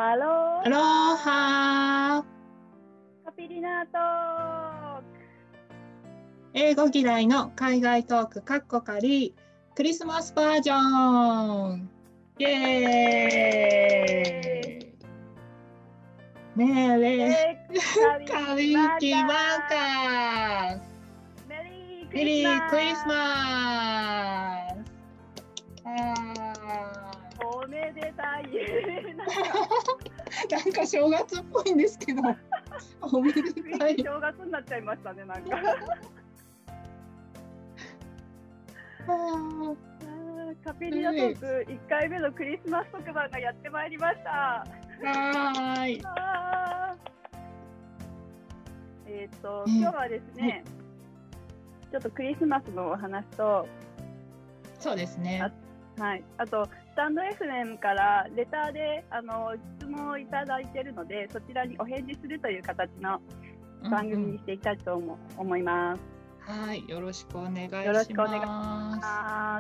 アロロハー。 カピリナトーク。 英語嫌いの海外トークカッコ仮クリスマスバージョン。イエーイ。メレーカリキマーカー。 メメリークリスマス。 おめでたい。 なんか正月っぽいんですけど、おめでたい。 正月になっちゃいましたね、なんか。カピリナトーク1回目のクリスマス特番がやってまいりました。 はーい。 今日はですね、ちょっとクリスマスのお話と、 そうですね。 はい、あとスタンド FM からレターで質問をいただいているので、そちらにお返事するという形の番組にしていきたいと思います。 はい、よろしくお願いします。 よろしくお願いします。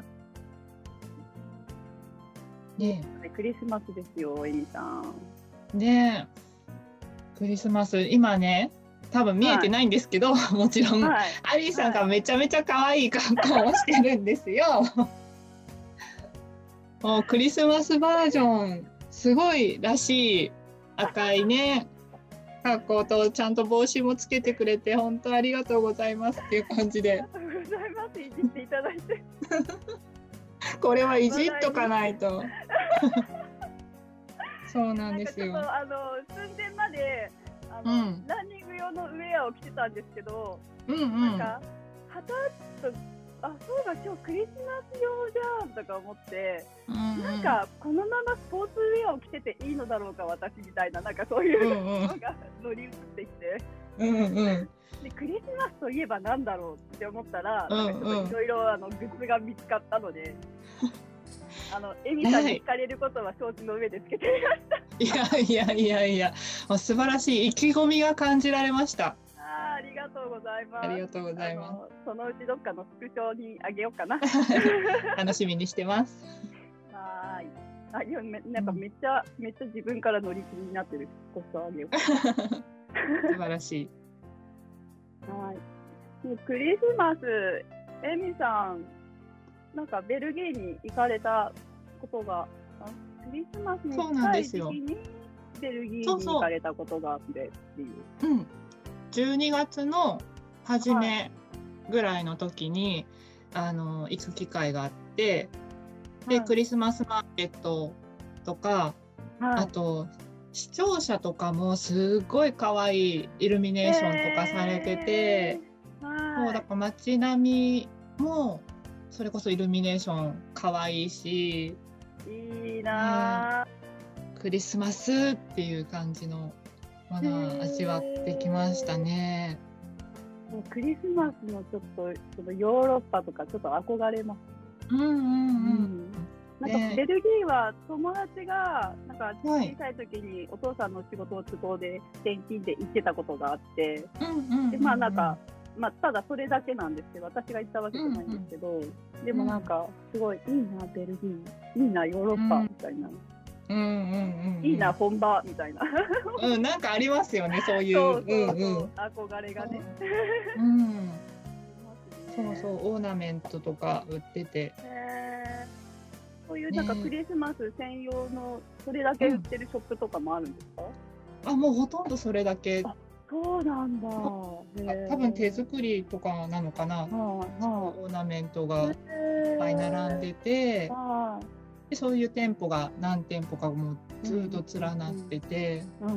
ねえ、クリスマスですよ、エミさん。 ねえ、クリスマス今ね、多分見えてないんですけど、もちろん、アリーさんがめちゃめちゃ可愛い格好をしてるんですよ。もうクリスマスバージョンすごいらしい赤いね格好とちゃんと帽子もつけてくれて本当ありがとうございますっていう感じで。 ありがとうございます。いじっていただいて。 これはいじっとかないと。そうなんですよ。 なんかちょっと寸前までランニング用のウェアを着てたんですけど、なんかはたっとそうだ、今日クリスマス用じゃんとか思って、なんかこのままスポーツウェアを着てていいのだろうか私みたいな、なんかそういうのが乗り移ってきて、でクリスマスといえばなんだろうって思ったら、なんかちょっといろいろグッズが見つかったので、エミさんに聞かれることは承知の上でつけてみました。 いや、素晴らしい意気込みが感じられました。 ありがとうございます。 ありがとうございます。 そのうちどっかのスクショにあげようかな。 楽しみにしてます。 はい。なんかめっちゃ自分から乗り気になってるポストあげよう。 素晴らしい。 はい。クリスマス、エミさん、なんかベルギーに行かれたことが、クリスマスに近い時期にベルギーに行かれたことがあってっていう。 12月の初めぐらいの時に、行く機会があって、でクリスマスマーケットとか、あと視聴者とかもすごい可愛いイルミネーションとかされてて、もうだから街並みもそれこそイルミネーション可愛いし、 いいな、 クリスマスっていう感じのものを味わってきましたね。 クリスマスのちょっとそのヨーロッパとかちょっと憧れます。なんかベルギーは友達がなんか小さい時にお父さんの仕事の都合で転勤で行ってたことがあって、でなんかただそれだけなんですけど、私が行ったわけじゃないんですけど、でもなんかすごいいいなベルギー、いいなヨーロッパみたいな。いいな本場みたいな。 なんかありますよね、そういう憧れがね。 そうオーナメントとか売ってて、 そういうなんかクリスマス専用のそれだけ売ってるショップとかもあるんですか？ もうほとんどそれだけ。 そうなんだ。 多分手作りとかなのかな。オーナメントがいっぱい並んでて、でそういう店舗が何店舗かもずっと連なってて、だ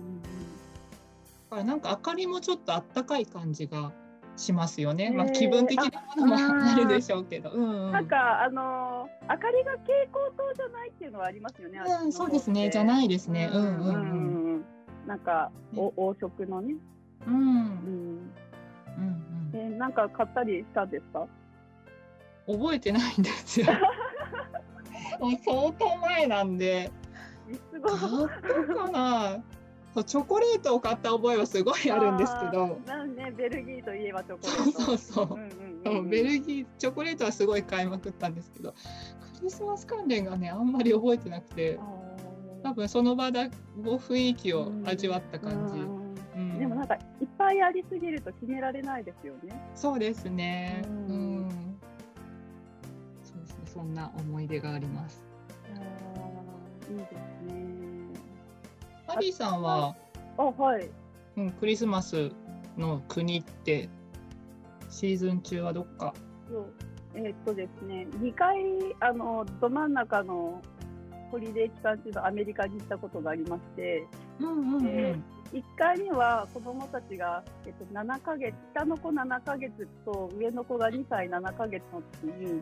からなんか明かりもちょっとあったかい感じがしますよね。気分的なものもあるでしょうけど、 なんか明かりが蛍光灯じゃないっていうのはありますよね。 そうですね、じゃないですね。 なんか黄色のね。なんか買ったりしたんですか？ 覚えてないんですよ。もう相当前なんで。買ったかな。チョコレートを買った覚えはすごいあるんですけど。 ベルギーといえばチョコレート。 そうベルギーチョコレートはすごい買いまくったんですけど、クリスマス関連がねあんまり覚えてなくて。 多分その場の雰囲気を味わった感じ。 でもなんかいっぱいありすぎると決められないですよね。 そうですね。そうですね。そんな思い出があります。 いいですね。 マリーさんは、 はい。 クリスマスの国ってシーズン中はどっか？ ですね、2回ど真ん中のホリデー期間中のアメリカに行ったことがありまして、1回目は子どもたちが、7ヶ月、下の子7ヶ月と上の子が2歳7ヶ月の時に、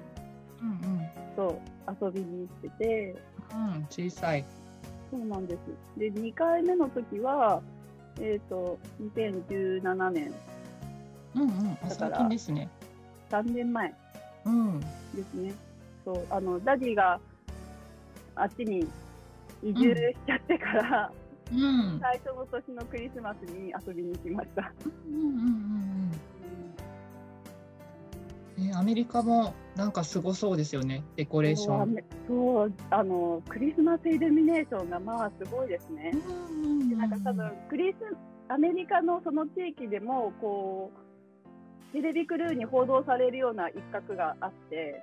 遊びに行ってて、 小さい。 そうなんです。で、2回目の時は、2017年。 だから最近ですね。 3年前ですね。ダディがあっちに移住しちゃってから、最初の年のクリスマスに遊びに行きました。 アメリカもなんかすごそうですよね、デコレーション。 クリスマスイルミネーションがまあすごいですね。なんか多分アメリカのその地域でもこうテレビクルーに報道されるような一角があって、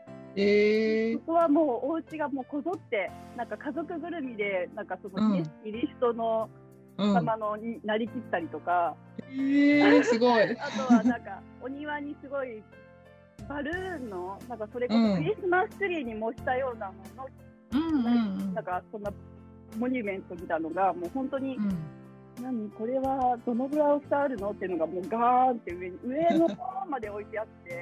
そこはもうお家がもうこぞってなんか家族ぐるみでなんかそのキリストの様のになりきったりとか、 すごい。 あとはなんかお庭にすごいバルーンのなんかそれこそクリスマスツリーに模したようなもの、なんかそんなモニュメントみたいなのがもう本当に、これはどのぐらい大きさあるのっていうのがもうガーンって上の方まで置いてあって、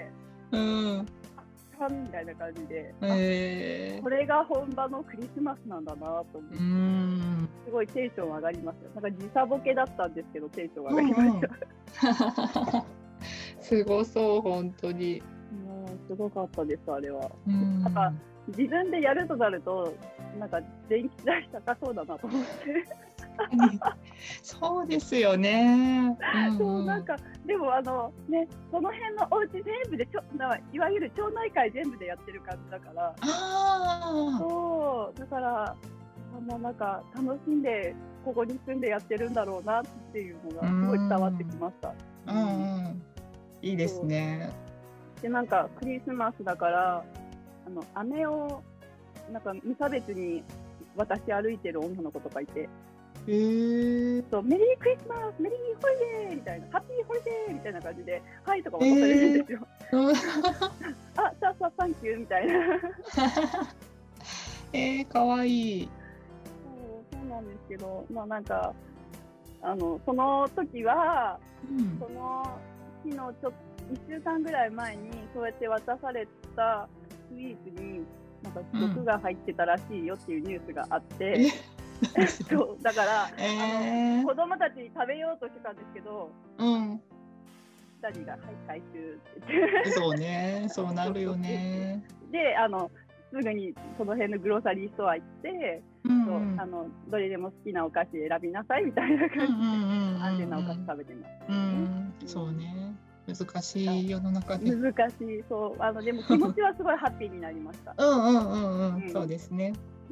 みたいな感じで、これが本場のクリスマスなんだなと思って、すごいテンション上がりました。なんか時差ボケだったんですけどテンション上がりました。 すごそう本当に。 すごかったですあれは。なんか自分でやるとなるとなんか電気代高そうだなと思って。 そうですよね。 なんかでもね、その辺のお家全部でいわゆる町内会全部でやってる感じだから、そうだからなんか楽しんでここに住んでやってるんだろうなっていうのがすごい伝わってきました。 いいですね。 でなんかクリスマスだから飴をなんか無差別に渡し歩いてる女の子とかいて。メリークリスマス、メリーホリデーみたいな、ハッピーホリデーみたいな感じで、はいとか渡されるんですよ。さサンキューみたいな。 かわいい。 そうなんですけど、まあなんかその時は、その日の1週間ぐらい前にそうやって渡されたスイーツになんか毒が入ってたらしいよっていうニュースがあって。そうだから、子供たちに食べようとしてたんですけど、2人が回収ってそうね、そうなるよね。 ですぐにその辺のグローサリーストア行って、どれでも好きなお菓子選びなさいみたいな感じで安全なお菓子食べてます。 そうね、難しい世の中で。 難しい、そうでも気持ちはすごいハッピーになりました。 そうですね。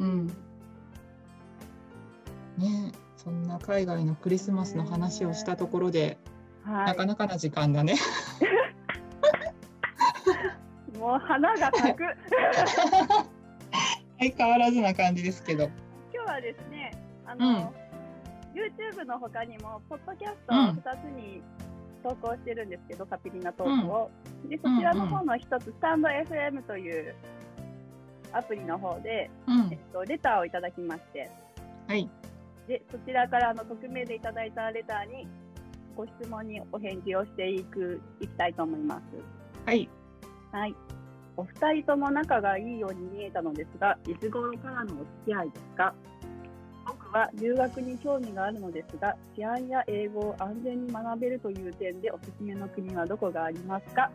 ね、そんな海外のクリスマスの話をしたところで、なかなかな時間だね。 もう花が咲く。 相変わらずな感じですけど。 今日はですね、YouTube の他にもポッドキャストを2つに投稿してるんですけど、カピリナトークを。でそちらの方の一つ、スタンド FM というアプリの方で、レターをいただきまして。でそちらから匿名でいただいたレターにご質問にお返事をしていきたいと思います。お二人とも仲がいいように見えたのですが、いつ頃からのお付き合いですか？僕は留学に興味があるのですが、治安や英語を安全に学べるという点でおすすめの国はどこがありますか？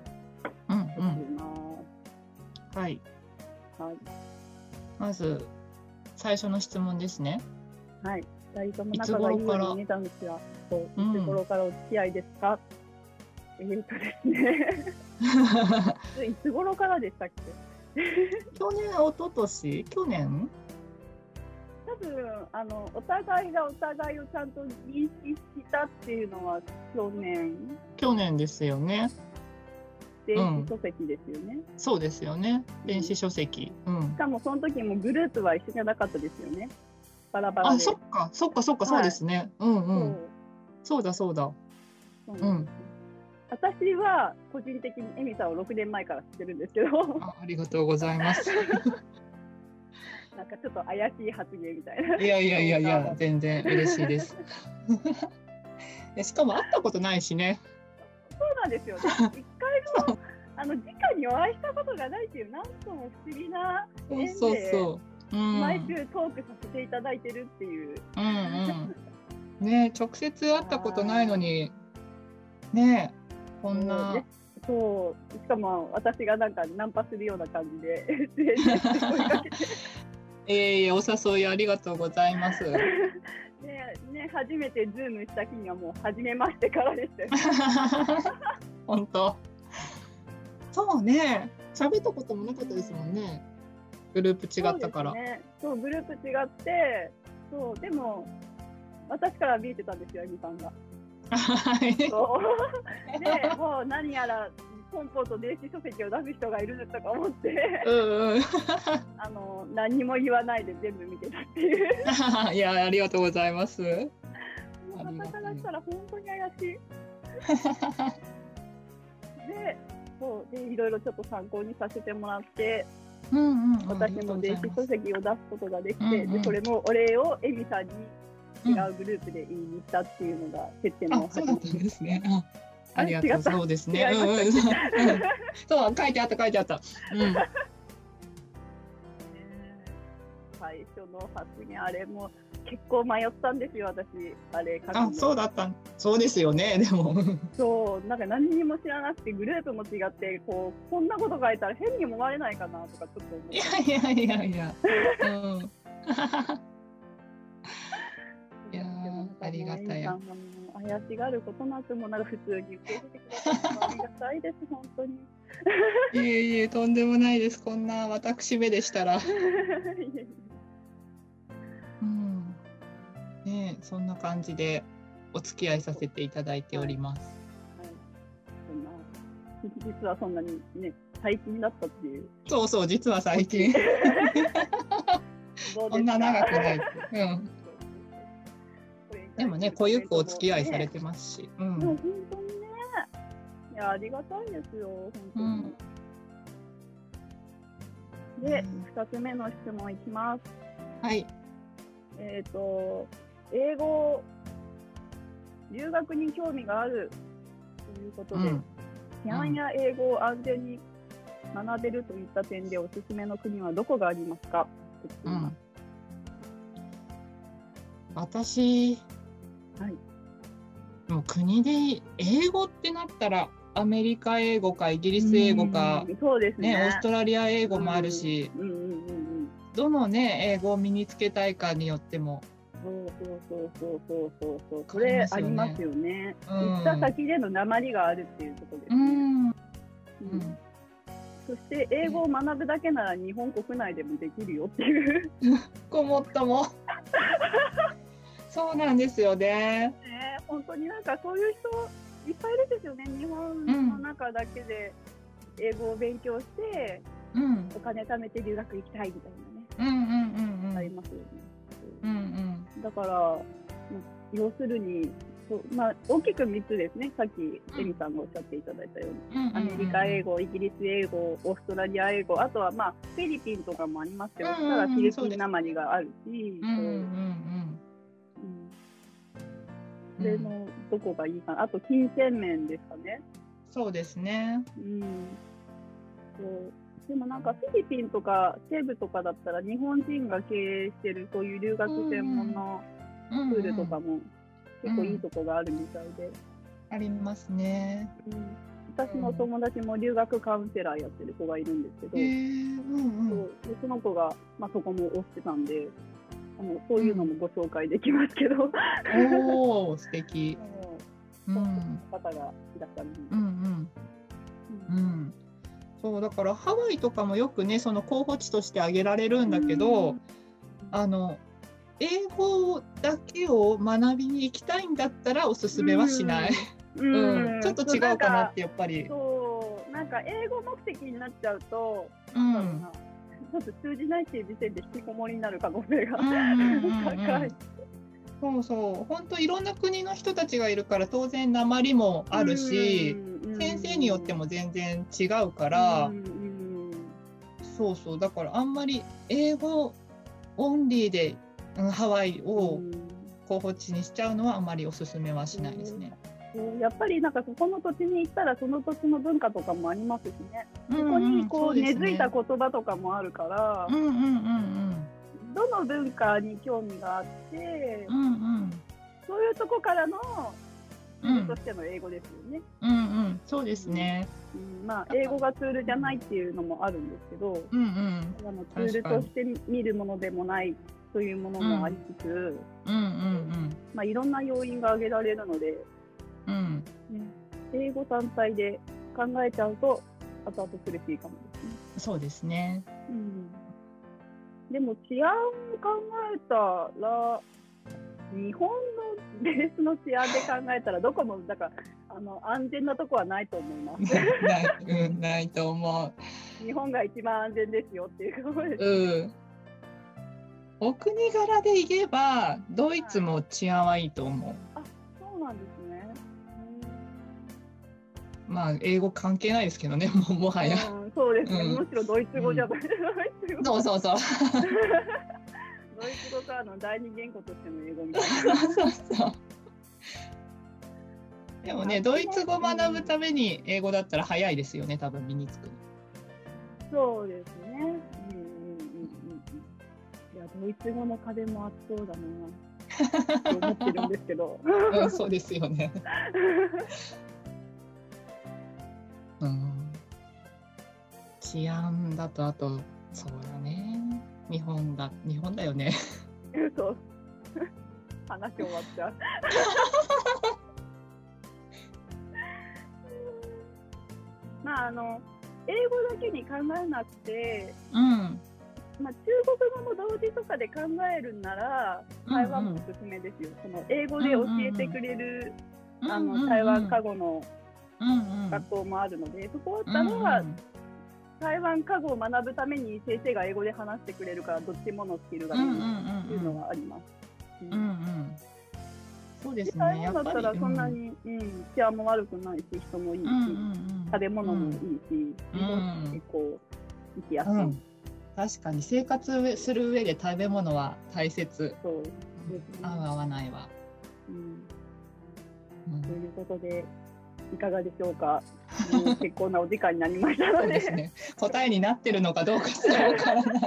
まず最初の質問ですね。 2人とも仲がいいように見えたんですが、いつ頃からお付き合いですか？ですね。いつ頃からでしたっけ？ 去年、一昨年？去年？ 多分お互いがお互いをちゃんと認識したっていうのは去年ですよね。 電子書籍ですよね。 そうですよね。電子書籍。 しかもその時もグループは一緒じゃなかったですよね。バラバラで。 そっか、そうですね。そうだ。 私は個人的にエミさんを6年前から知ってるんですけど。 ありがとうございます。 なんかちょっと怪しい発言みたいな。 いや、全然嬉しいです。しかも会ったことないしね。 そうなんですよね。一回も直にお会いしたことがないっていう、なんとも不思議な縁で毎週トークさせていただいてるっていう。 ね、直接会ったことないのにね、こんな。 そう、しかも私がなんかナンパするような感じでお誘いありがとうございます。 初めてズームした日にはもう初めましてからでしたよ。 本当。そうね、喋ったこともなかったですもんね。グループ違ったから。 そう、グループ違って、でも私から見えてたんですよ、エミさんが。で、もう何やらポンポンと電子書籍を出す人がいるとか思って何も言わないで全部見てたっていう。 いや、ありがとうございます。 私からしたら本当に怪しい。でいろいろちょっと参考にさせてもらって、私も電子書籍を出すことができて、でそれもお礼をエミさんに違うグループで言いに行ったっていうのが接点の始まりですね。ありがとう。そうですね。そう、書いてあった。 最初の発言、あれも結構迷ったんですよ、私。あれ書くの。 そうだった。そうですよね、でも。 そう、なんか何にも知らなくて、グループも違って、こんなこと書いたら変に思われないかなとかちょっと思って。 いや。ありがたい。 怪しがることなくもなんか普通に受け入れてくださってありがたいです、本当に。 いえ、とんでもないです。こんな私めでしたら。ね、そんな感じでお付き合いさせていただいております。 実はそんなにね、最近だったっていう。 そう、実は最近。そんな長くない。でもね、濃ゆくお付き合いされてますし。 本当にね。いや、ありがたいですよ、本当に。で、2つ目の質問いきます。 はい。 英語、留学に興味があるということで、治安や英語を安全に学べるといった点でおすすめの国はどこがありますか？ 私、もう国で英語ってなったらアメリカ英語かイギリス英語か、 そうですね、 オーストラリア英語もあるし、どのね英語を身につけたいかによっても。 そうそれありますよね。行った先での訛りがあるっていうところですね。そして英語を学ぶだけなら日本国内でもできるよっていう。 ごもっとも。そうなんですよね。 本当になんかそういう人いっぱいいるんですよね。日本の中だけで英語を勉強して、お金貯めて留学行きたいみたいなね。ありますよね。だから要するに大きく3つですね。さっきエミさんがおっしゃっていただいたように、アメリカ英語、イギリス英語、オーストラリア英語、あとはフィリピンとかもありますけど、そしたらフィリピンなまりがあるし、それのどこがいいかな。あと金銭面ですかね。 そうですね。 でもなんかフィリピンとか西部とかだったら日本人が経営してるそういう留学専門のプールとかも結構いいとこがあるみたいで。 ありますね。 私の友達も留学カウンセラーやってる子がいるんですけど、その子がそこも推してたんで、そういうのもご紹介できますけど。 おお、素敵。 そういう方がいらっしゃるんで。 そうだからハワイとかもよくねその候補地として挙げられるんだけど、 英語だけを学びに行きたいんだったらおすすめはしない。ちょっと違うかなってやっぱり。 なんか英語目的になっちゃうと、ちょっと通じないっていう時点で引きこもりになる可能性が高い。 そうそう、本当いろんな国の人たちがいるから当然訛りもあるし、先生によっても全然違うから、そうそう、だからあんまり英語オンリーでハワイを候補地にしちゃうのはあんまりおすすめはしないですね。 やっぱりなんかそこの土地に行ったらその土地の文化とかもありますしね、そこにこう根付いた言葉とかもあるから、どの文化に興味があって、そういうとこからのツールとしての英語ですよね。 そうですね。 まあ英語がツールじゃないっていうのもあるんですけど、ツールとして見るものでもないというものもありつつ、まあいろんな要因が挙げられるので、英語単体で考えちゃうと後々苦しいかもですね。 そうですね。 でも治安を考えたら、日本のベースの治安で考えたらどこもだから安全なとこはないと思います。 ないと思う。 日本が一番安全ですよっていうことです。 お国柄で言えばドイツも治安はいいと思う。 あ、そうなんですね。 まあ英語関係ないですけどね、もはや。 そうですね。むしろドイツ語じゃない。 そうそうそう。 ドイツ語からの第二言語としての英語みたいな。 そうでもね、ドイツ語学ぶために英語だったら早いですよね、多分身につく。 そうですね。いや、ドイツ語の壁も厚そうだなと思ってるんですけど。 そうですよね。治安だと、あとそうだね、日本だよね。 そう話終わっちゃう。まあ英語だけに考えなくて、まあ、中国語も同時とかで考えるなら台湾もおすすめですよ。その英語で教えてくれる台湾過語の学校もあるので、そこだったら台湾過語を学ぶために先生が英語で話してくれるから、どっちものスキルがいいっていうのがあります。 そうですね。 台湾だったらそんなに治安も悪くないし、人もいいし、食べ物もいいし、結構生きやすい。 確かに生活する上で食べ物は大切。 そうですね。 合う合わないは。 ということでいかがでしょうか。結構なお時間になりましたので。そうですね。 答えになってるのかどうかすらわからない。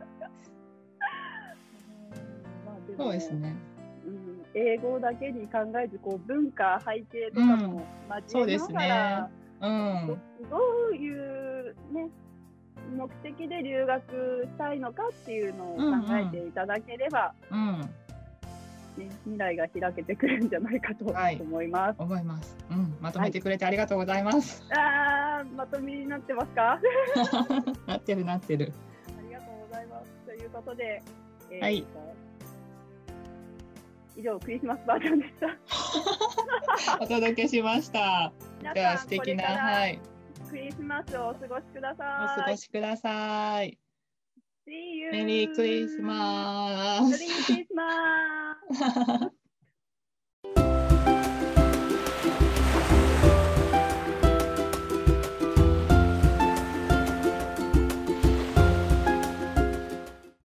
そうですね。 英語だけに考えず、こう文化背景とかも交えながら、どういうね目的で留学したいのかっていうのを考えていただければ、未来が開けてくるんじゃないかと思います。 思います。まとめてくれてありがとうございます。 まとめになってますか？ なってる。ありがとうございます。ということで、以上クリスマスバージョンでした。 お届けしました。では素敵なクリスマスをお過ごしください。 お過ごしください。 See you. メリークリスマス。 メリークリスマス。